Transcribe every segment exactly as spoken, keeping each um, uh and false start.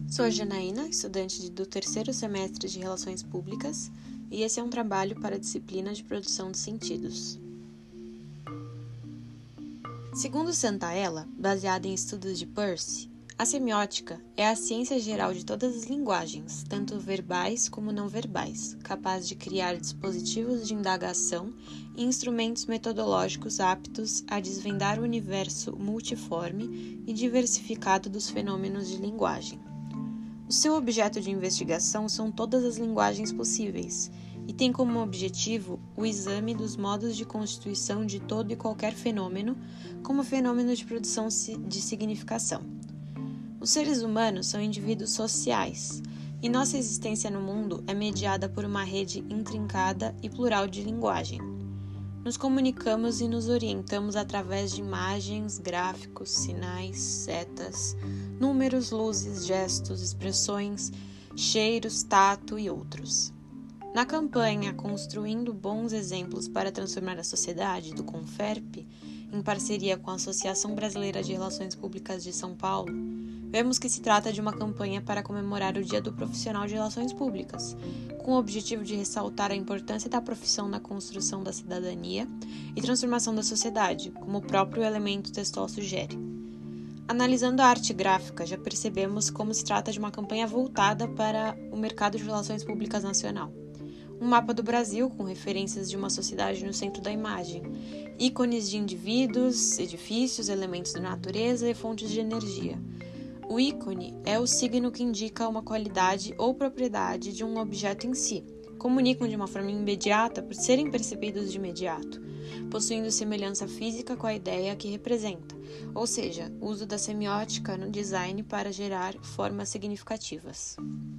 Sou a Janaína, estudante de- do terceiro semestre de Relações Públicas, e esse é um trabalho para a disciplina de Produção de Sentidos. Segundo Santaella, baseada em estudos de Peirce, a semiótica é a ciência geral de todas as linguagens, tanto verbais como não verbais, capaz de criar dispositivos de indagação e instrumentos metodológicos aptos a desvendar o universo multiforme e diversificado dos fenômenos de linguagem. O seu objeto de investigação são todas as linguagens possíveis e tem como objetivo o exame dos modos de constituição de todo e qualquer fenômeno como fenômeno de produção de significação. Os seres humanos são indivíduos sociais e nossa existência no mundo é mediada por uma rede intrincada e plural de linguagem. Nos comunicamos e nos orientamos através de imagens, gráficos, sinais, setas, números, luzes, gestos, expressões, cheiros, tato e outros. Na campanha Construindo Bons Exemplos para Transformar a Sociedade, do Conferp, em parceria com a Associação Brasileira de Relações Públicas de São Paulo, vemos que se trata de uma campanha para comemorar o Dia do Profissional de Relações Públicas, com o objetivo de ressaltar a importância da profissão na construção da cidadania e transformação da sociedade, como o próprio elemento textual sugere. Analisando a arte gráfica, já percebemos como se trata de uma campanha voltada para o mercado de relações públicas nacional. Um mapa do Brasil com referências de uma sociedade no centro da imagem, ícones de indivíduos, edifícios, elementos da natureza e fontes de energia. O ícone é o signo que indica uma qualidade ou propriedade de um objeto em si. Comunicam de uma forma imediata por serem percebidos de imediato, possuindo semelhança física com a ideia que representa, ou seja, o uso da semiótica no design para gerar formas significativas.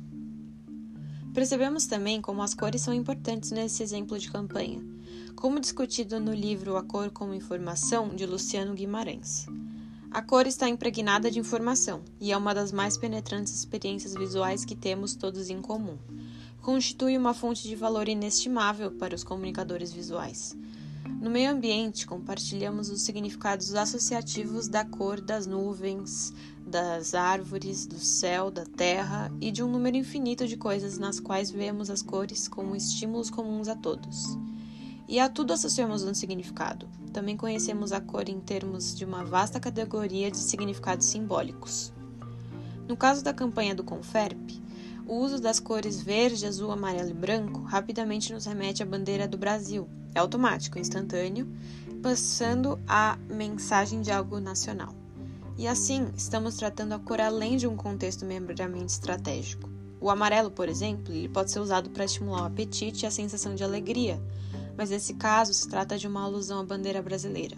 Percebemos também como as cores são importantes nesse exemplo de campanha, como discutido no livro A Cor como Informação, de Luciano Guimarães. A cor está impregnada de informação e é uma das mais penetrantes experiências visuais que temos todos em comum. Constitui uma fonte de valor inestimável para os comunicadores visuais. No meio ambiente, compartilhamos os significados associativos da cor das nuvens, das árvores, do céu, da terra e de um número infinito de coisas nas quais vemos as cores como estímulos comuns a todos. E a tudo associamos um significado. Também conhecemos a cor em termos de uma vasta categoria de significados simbólicos. No caso da campanha do Conferp, o uso das cores verde, azul, amarelo e branco rapidamente nos remete à bandeira do Brasil. É automático, instantâneo, passando a mensagem de algo nacional. E assim, estamos tratando a cor além de um contexto meramente estratégico. O amarelo, por exemplo, ele pode ser usado para estimular o apetite e a sensação de alegria, mas nesse caso se trata de uma alusão à bandeira brasileira.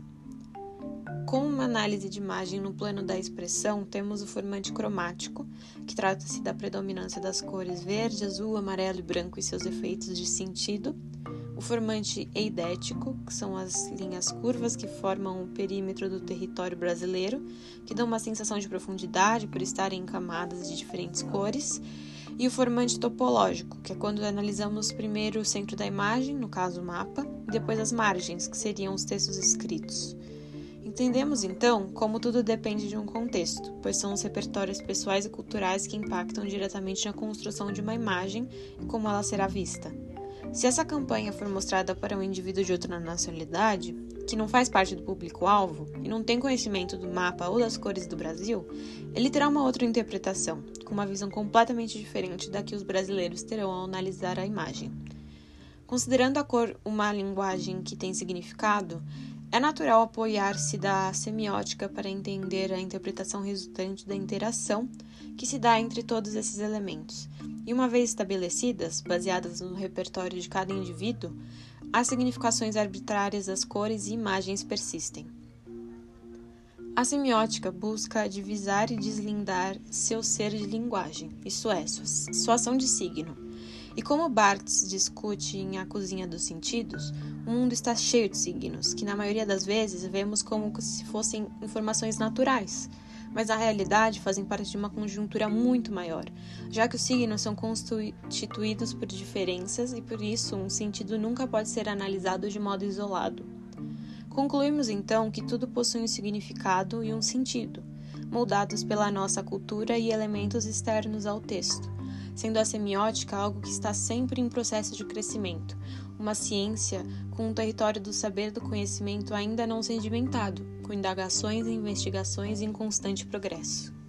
Com uma análise de imagem no plano da expressão, temos o formante cromático, que trata-se da predominância das cores verde, azul, amarelo e branco e seus efeitos de sentido, o formante eidético, que são as linhas curvas que formam o perímetro do território brasileiro, que dão uma sensação de profundidade por estarem em camadas de diferentes cores, e o formante topológico, que é quando analisamos primeiro o centro da imagem, no caso o mapa, e depois as margens, que seriam os textos escritos. Entendemos, então, como tudo depende de um contexto, pois são os repertórios pessoais e culturais que impactam diretamente na construção de uma imagem e como ela será vista. Se essa campanha for mostrada para um indivíduo de outra nacionalidade, que não faz parte do público-alvo e não tem conhecimento do mapa ou das cores do Brasil, ele terá uma outra interpretação, com uma visão completamente diferente da que os brasileiros terão ao analisar a imagem. Considerando a cor uma linguagem que tem significado, é natural apoiar-se da semiótica para entender a interpretação resultante da interação que se dá entre todos esses elementos. E uma vez estabelecidas, baseadas no repertório de cada indivíduo, as significações arbitrárias das cores e imagens persistem. A semiótica busca divisar e deslindar seu ser de linguagem, isto é, sua ação de signo. E como Barthes discute em A Cozinha dos Sentidos, o mundo está cheio de signos, que na maioria das vezes vemos como se fossem informações naturais, mas na realidade fazem parte de uma conjuntura muito maior, já que os signos são constituídos por diferenças e por isso um sentido nunca pode ser analisado de modo isolado. Concluímos então que tudo possui um significado e um sentido, moldados pela nossa cultura e elementos externos ao texto, sendo a semiótica algo que está sempre em processo de crescimento, uma ciência com um território do saber do conhecimento ainda não sedimentado, com indagações e investigações em constante progresso.